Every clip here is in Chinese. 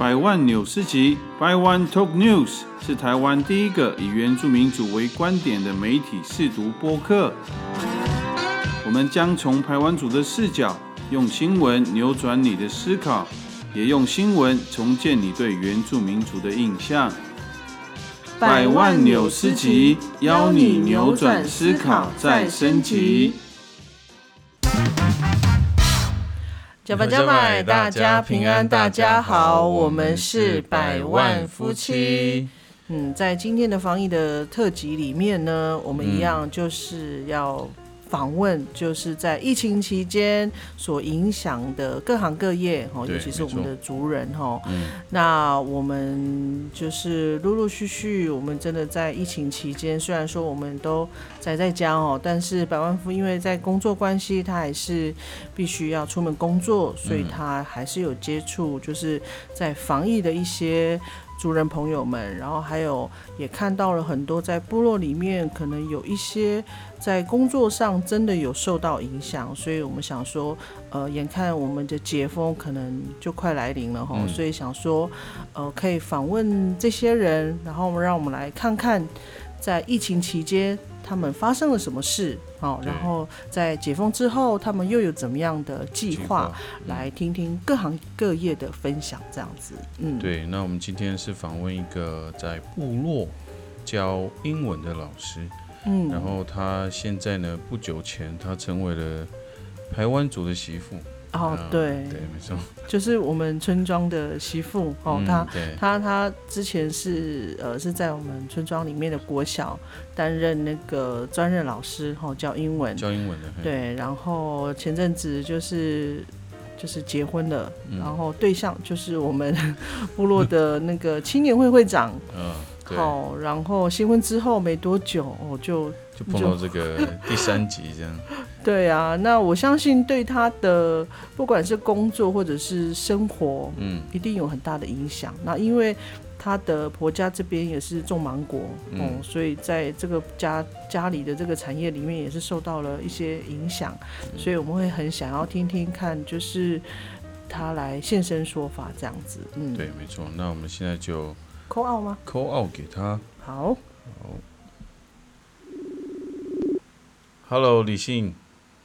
百万纽斯集 By One Talk News 是台湾第一个以原住民族为观点的媒体识读播客。我们将从排湾族的视角，用新闻扭转你的思考，也用新闻重建你对原住民族的印象。百万纽斯集，邀你扭转思考，再升级。 加百加百，大家平安，大家好，我们是百万夫妻。在今天的防疫的特辑里面呢，我们一样就是要访问，就是在疫情期间所影响的各行各业，尤其是我们的族人。那我们就是陆陆续续，我们真的在疫情期间，虽然说我们都宅在家，但是百万夫因为在工作关系，他还是必须要出门工作，所以他还是有接触，就是在防疫的一些族人朋友们，然后还有也看到了很多在部落里面可能有一些在工作上真的有受到影响，所以我们想说眼看我们的解封可能就快来临了，所以想说可以访问这些人，然后让我们来看看在疫情期间他们发生了什么事，然后在解封之后他们又有怎么样的计划，来听听各行各业的分享，这样子。 对，那我们今天是访问一个在部落教英文的老师，然后他现在呢，不久前他成为了排湾族的媳妇。 对， 没错， 就是我们村庄的媳妇。她之前是在我们村庄里面的国小担任那个专任老师，教英文的。对，然后前阵子就是结婚了，然后对象就是我们部落的那个青年会会长。然后新婚之后没多久，就碰到这个第3集这样。 对啊，那我相信对他的不管是工作或者是生活，一定有很大的影响。那因为他的婆家这边也是种芒果，所以在这个家里的这个产业里面也是受到了一些影响，所以我们会很想要听听看，就是他来现身说法这样子。 对，没错。那我们现在就 call out 吗 ？call out 给他。 好。 Hello， 李信。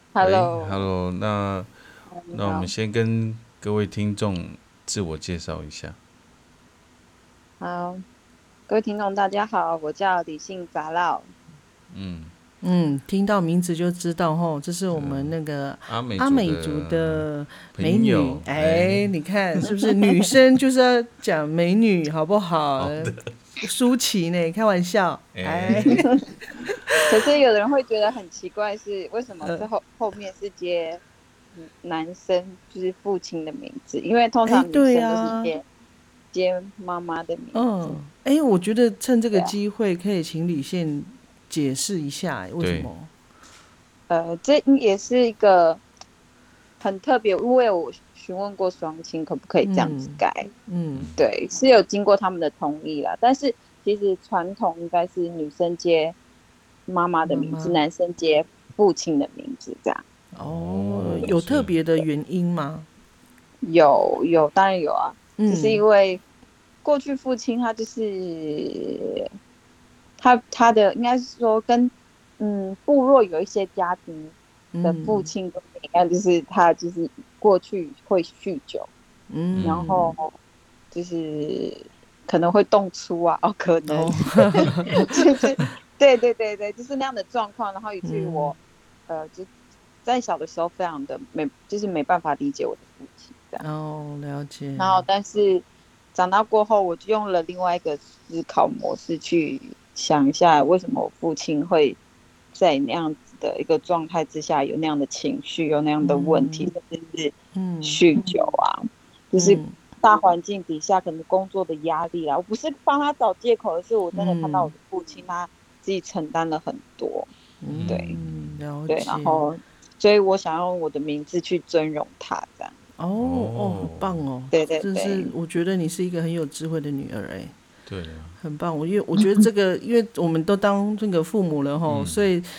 Hello， 那我们先跟各位听众自我介绍一下。 好，各位听众大家好，我叫李信杂老。 听到名字就知道这是我们那个阿美族的美女。你看是不是女生就是要讲美女好不好？舒淇呢？开玩笑。 可是有人会觉得很奇怪，是为什么是后面是接男生就是父亲的名字？因为通常女生都是接妈妈的名字。 我觉得趁这个机会可以请李宪解释一下为什么？ 这也是一个很特别，因为我询问过双亲可不可以这样子改。对，是有经过他们的同意啦。但是其实传统应该是女生接妈妈的名字，男生接父亲的名字这样。 有特别的原因吗？ 有，当然有啊。只是因为过去父亲他就是他的应该是说跟部落有一些家庭的父亲都应该就是他就是过去会酗酒，然后就是可能会动粗啊，可能就是对，就是那样的状况，然后以至于我就在小的时候非常的就是没办法理解我的父亲这样。 了解。 然后但是长大过后，我就用了另外一个思考模式去想一下，为什么我父亲会在那样子的一个状态之下有那样的情绪，有那样的问题，甚至是酗酒啊，就是大环境底下可能工作的压力啊。我不是帮他找借口，而是我真的看到我的父亲他自己承担了很多。对，然后所以我想用我的名字去尊荣他这样。 很棒哦。 对， 就是我觉得你是一个很有智慧的女儿。 对啊， 很棒。因为我觉得这个因为我们都当这个父母了所以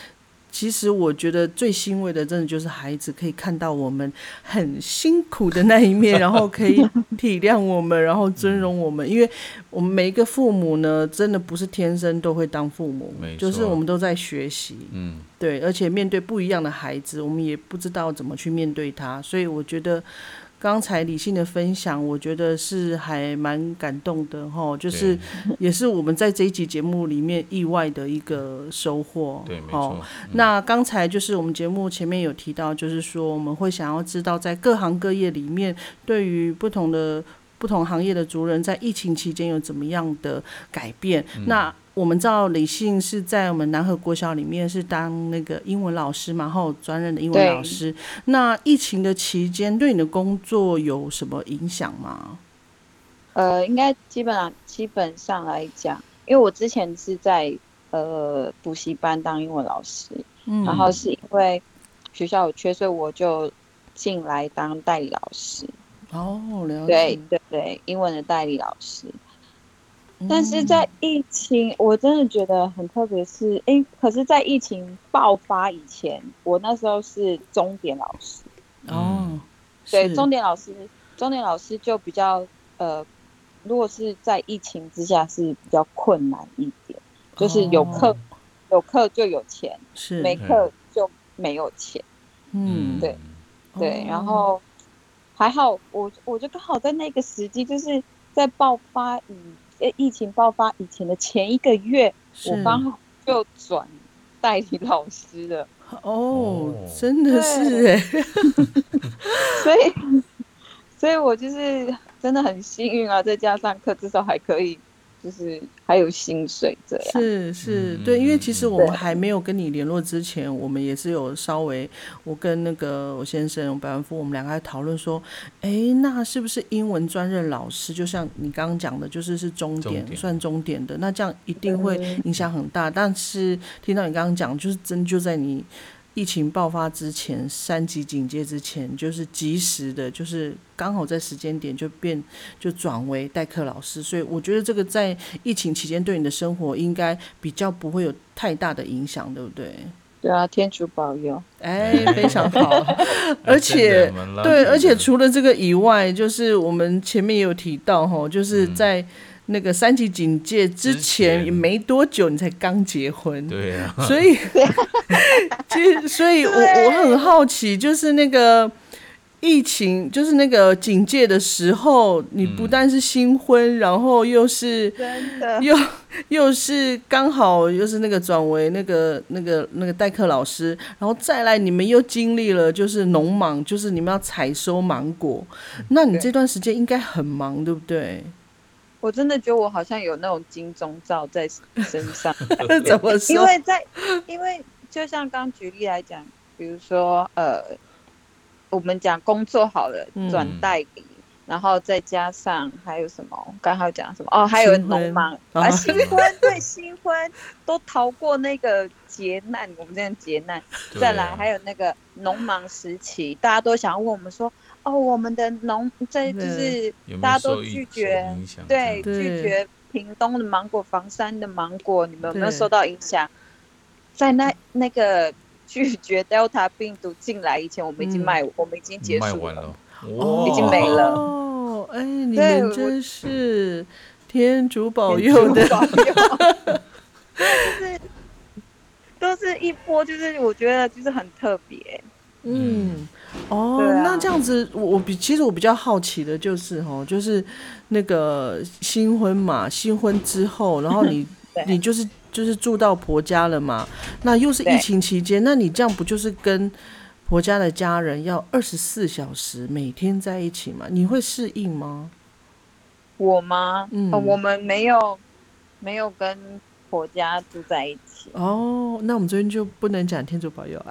其实我觉得最欣慰的真的就是孩子可以看到我们很辛苦的那一面，然后可以体谅我们，然后尊荣我们。因为我们每一个父母呢，真的不是天生都会当父母，就是我们都在学习。对，而且面对不一样的孩子，我们也不知道怎么去面对他，所以我觉得刚才理性的分享，我觉得是还蛮感动的齁，就是也是我们在这一集节目里面意外的一个收获。 对，没错。 那刚才就是我们节目前面有提到，就是说我们会想要知道在各行各业里面，对于不同行业的族人在疫情期间有怎么样的改变。那我们知道李信是在我们南和国小里面是当那个英文老师嘛，然后专任的英文老师。那疫情的期间对你的工作有什么影响吗？ 应该基本上来讲，因为我之前是在补习班当英文老师，然后是因为学校有缺，所以我就进来当代理老师。 了解。 对，英文的代理老师。但是在疫情，我真的觉得很特别是，可是在疫情爆发以前，我那时候是钟点老师。对，钟点老师就比较如果是在疫情之下是比较困难一点，就是有课就有钱，没课就没有钱。对，然后还好我就刚好在那个时机，就是在疫情爆发以前的前1个月，我刚好就转代理老师了。 真的是所以我就是真的很幸运啊，再加上课至少还可以，就是还有薪水这样。 是，对，因为其实我们还没有跟你联络之前，我们也是有稍微，我跟那个我先生百万富，我们两个还讨论说，那是不是英文专任老师，就像你刚刚讲的，就是钟点算钟点的，那这样一定会影响很大。但是听到你刚刚讲，就是真就在你疫情爆发之前，3级警戒之前，就是及时的，就是刚好在时间点就转为代课老师，所以我觉得这个在疫情期间对你的生活应该比较不会有太大的影响，对不对？ 对啊，天主保佑！ 非常好。而且对，而且除了这个以外，就是我们前面也有提到就是在那个3级警戒之前也没多久，你才刚结婚。 对啊。 所以我很好奇，就是那个疫情，就是那个警戒的时候，你不但是新婚，然后又是又是刚好又是那个转为那个代课老师，然后再来你们又经历了就是农忙，就是你们要采收芒果，那你这段时间应该很忙，对不对？ 我真的觉得我好像有那种金钟罩在身上。 怎么说？ 因为就像刚举例来讲，比如说我们讲工作好了，转代理，然后再加上还有什么？刚才讲什么？还有农忙新婚，对，新婚都逃过那个劫难，我们这样劫难。再来还有那个农忙时期，大家都想要问我们说，我们的就是大家都拒绝，对，拒绝屏东的芒果、房山的芒果，你们有没有受到影响？在那个拒绝 Delta 病毒进来以前，我们已经结束了，已经没了。 你们真是天主保佑的， 就是都是一波，就是我觉得就是很特别。 那这样子，其实我比较好奇的就是就是那个新婚嘛，新婚之后，然后你就是住到婆家了嘛，那又是疫情期间，那你这样不就是跟婆家的家人要24小时每天在一起吗？你会适应吗？ 我吗？我们没有跟婆家住在一起。 那我们这边就不能讲天主保佑啊。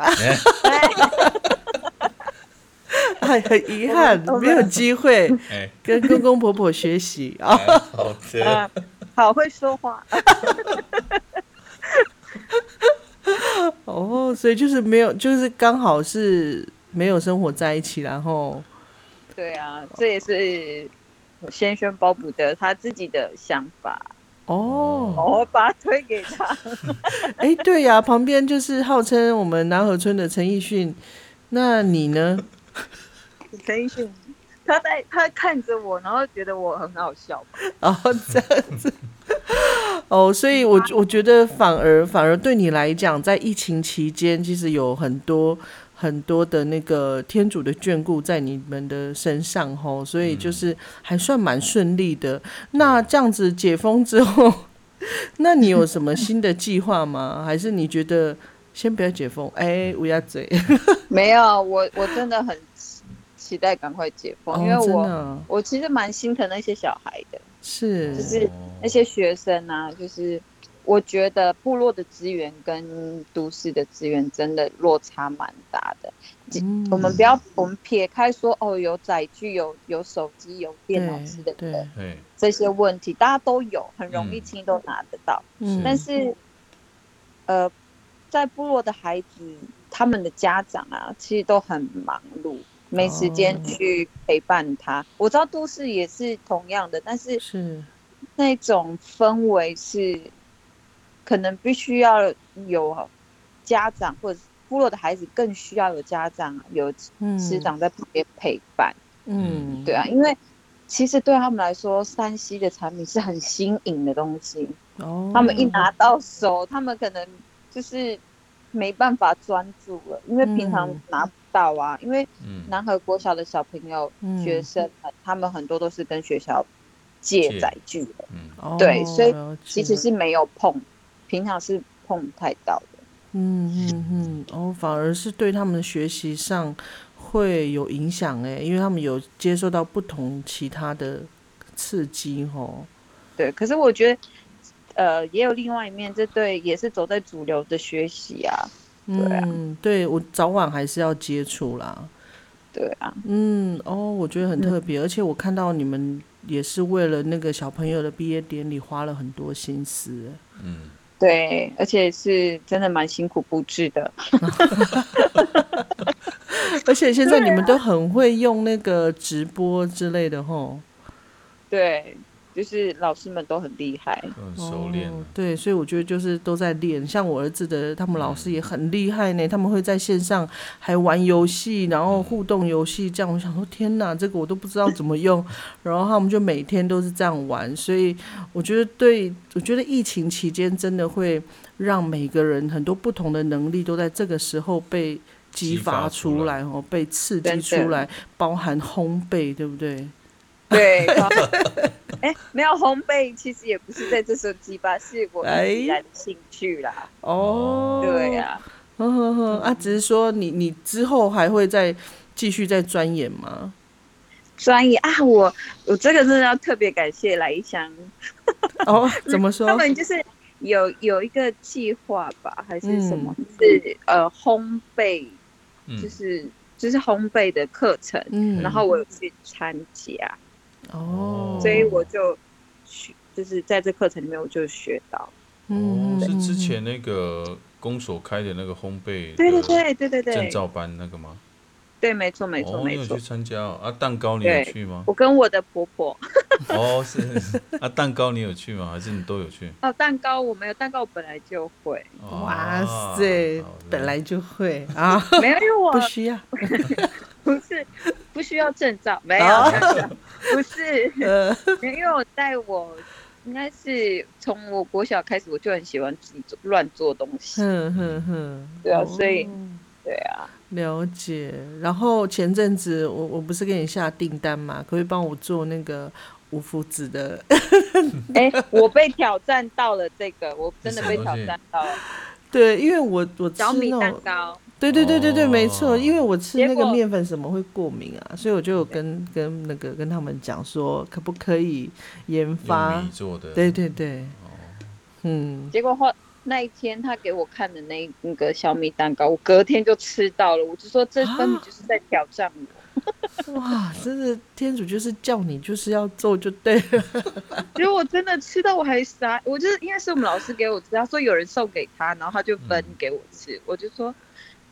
很遗憾，没有机会跟公公婆婆学习啊。 好的， 好会说话。 所以就是没有，就是刚好是没有生活在一起，然后。 对啊，这也是先生包补的他自己的想法。 我把它推给他。 哎，对呀，旁边就是号称我们南河村的陈奕迅，那你呢？ 陈奕迅，他看着我，然后觉得我很好笑吧。 这样子。所以我觉得反而对你来讲，在疫情期间，其实有很多很多的那个天主的眷顾在你们的身上吼，所以就是还算蛮顺利的。那这样子解封之后，那你有什么新的计划吗？还是你觉得先不要解封？乌鸦嘴。 没有，我真的很期待赶快解封，因为我其实蛮心疼那些小孩的，就是那些学生啊，就是我觉得部落的资源跟都市的资源真的落差蛮大的。我们撇开说有载具、有手机、有电脑之类的这些问题，大家都有，很容易轻易都拿得到。但是在部落的孩子，他们的家长啊，其实都很忙碌，没时间去陪伴他。我知道都市也是同样的，但是那种氛围是可能必须要有家长，或者部落的孩子更需要有家长、有师长在旁边陪伴。对啊，因为其实对他们来说，3C 的产品是很新颖的东西。他们一拿到手，他们可能就是没办法专注了，因为平常拿不到啊。因为南河国小的小朋友、学生们，他们很多都是跟学校借载具的，对，所以其实是没有碰，平常是碰不太到的。 反而是对他们的学习上会有影响因为他们有接受到不同其他的刺激对，可是我觉得也有另外一面，这对也是走在主流的学习啊。对啊， 对，我早晚还是要接触啦。 对啊， 我觉得很特别，而且我看到你们也是为了那个小朋友的毕业典礼花了很多心思。 对，而且是真的蛮辛苦布置的。 而且现在你们都很会用那个直播之类的吼。 对，就是老师们都很厉害， 很熟练。 对，所以我觉得就是都在练。像我儿子的他们老师也很厉害呢，他们会在线上还玩游戏，然后互动游戏这样。我想说天哪，这个我都不知道怎么用，然后他们就每天都是这样玩。所以我觉得疫情期间真的会让每个人很多不同的能力都在这个时候被激发出来，被刺激出来，包含烘焙，对不对？ 对，没有烘焙，其实也不是在这时候激发，是我自己的兴趣啦。对啊， 只是说你之后还会再继续再钻研吗？ 专业啊，我这个真的要特别感谢来香。 怎么说？ 他们就是有一个计划吧，还是什么？是烘焙，就是烘焙的课程，然后我有去参加。所以我就是在这课程里面我就学到。 是之前那个公所开的那个烘焙对证照班那个吗？ 对，没错。你有去参加蛋糕你有去吗？ 我跟我的婆婆。 是蛋糕你有去吗？还是你都有去？ 蛋糕我没有，蛋糕我本来就会。 哇塞，本来就会啊？ 没有，因为我不需要。 不需要证照，没有，不是，因为我应该是从我国小开始，我就很喜欢自己乱做东西。对啊，所以对啊， 了解。然后前阵子我不是给你下订单嘛，可不可以帮我做那个五福子的？ 我被挑战到了这个，我真的被挑战到了。 对，因为我吃小米蛋糕。 对，没错，因为我吃那个面粉什么会过敏啊，所以我就有跟他们讲说，可不可以研发用米做的？ 对， 结果那一天他给我看的那个小米蛋糕，我隔天就吃到了，我就说这分明就是在挑战我。 哇，真的天主就是叫你就是要做就对了。 结果我真的吃到我还傻，我就是因为是我们老师给我吃，他说有人送给他，然后他就分给我吃，我就说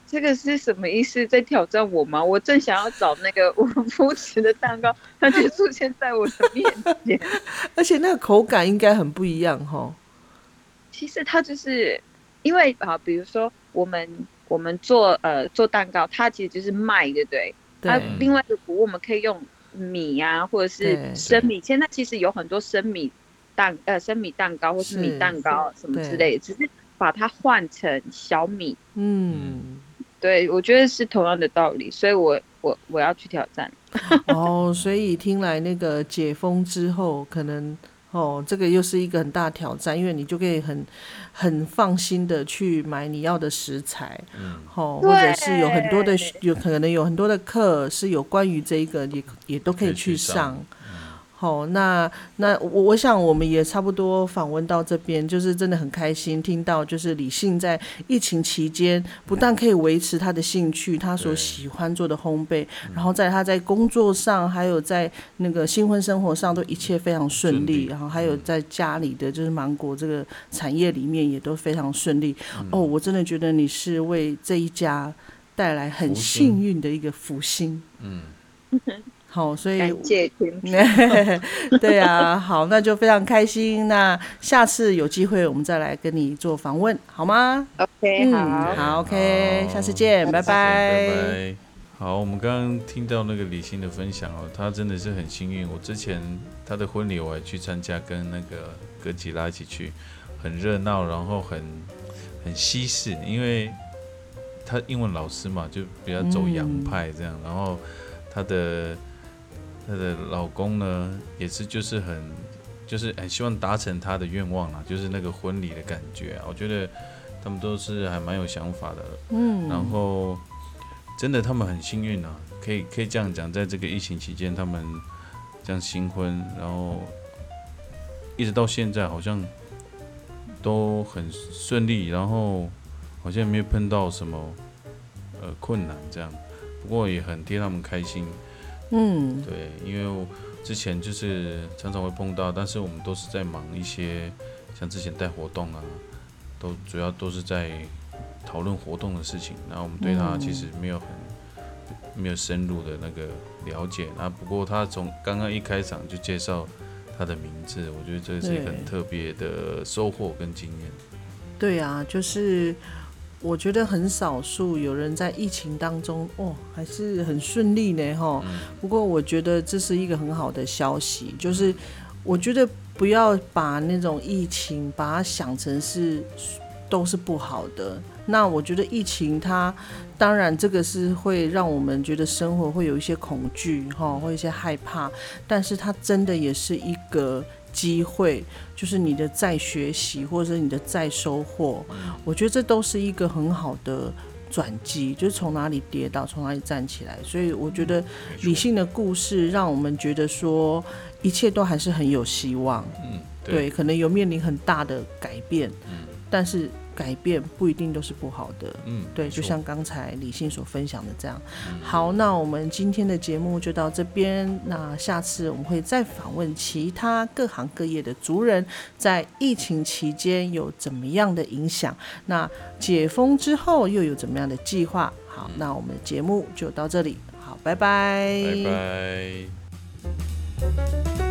这个是什么意思？在挑战我吗？我正想要找那个5夫匙的蛋糕，它就出现在我的面前。 而且那个口感应该很不一样齁。 其实它就是因为比如说我们做蛋糕，它其实就是麦，对不对？ 对。 另外一个谷物我们可以用米啊，或者是生米。现在其实有很多生米蛋糕或是米蛋糕什么之类的，只是把它换成小米。对，我觉得是同样的道理，所以我要去挑战。 所以听来那个解封之后，可能这个又是一个很大的挑战，因为你就可以很放心的去买你要的食材，或者是有很多的可能有很多的课是有关于这一个也都可以去上。那我想我们也差不多访问到这边，就是真的很开心听到，就是李信在疫情期间不但可以维持他的兴趣，他所喜欢做的烘焙，然后他在工作上还有在那个新婚生活上都一切非常顺利，然后还有在家里的就是芒果这个产业里面也都非常顺利。我真的觉得你是为这一家带来很幸运的一个福星。好，所以感谢天主。 对啊，好，那就非常开心。那下次有机会我们再来跟你做访问，好吗 ？OK， 好 ，OK， 下次见，拜拜。 好，我们刚刚听到那个李信的分享他真的是很幸运。我之前他的婚礼我还去参加，跟那个哥吉拉一起去，很热闹，然后很西式，因为他英文老师嘛，就比较走洋派这样，然后他的老公呢，也是就是很希望达成他的愿望啦，就是那个婚礼的感觉我觉得他们都是还蛮有想法的。然后真的他们很幸运可以这样讲，在这个疫情期间，他们这样新婚，然后一直到现在好像都很顺利，然后好像没有碰到什么困难这样，不过也很替他们开心。对，因为我之前就是常常会碰到，但是我们都是在忙一些，像之前带活动主要都是在讨论活动的事情，然后我们对他其实没有深入的那个了解。不过他从刚刚一开场就介绍他的名字，我觉得这是一个很特别的收获跟经验。 对啊，就是我觉得很少数有人在疫情当中还是很顺利呢不过我觉得这是一个很好的消息，就是我觉得不要把那种疫情把它想成都是不好的。那我觉得疫情它当然这个是会让我们觉得生活会有一些恐惧会有一些害怕，但是它真的也是一个机会，就是你的再学习或者是你的再收获，我觉得这都是一个很好的转机，就是从哪里跌倒从哪里站起来。所以我觉得理性的故事让我们觉得说一切都还是很有希望。对，可能有面临很大的改变，但是改变不一定都是不好的。对，就像刚才李信所分享的这样。好，那我们今天的节目就到这边，那下次我们会再访问其他各行各业的族人，在疫情期间有怎么样的影响，那解封之后又有怎么样的计划。好，那我们的节目就到这里，好，拜拜， 拜拜。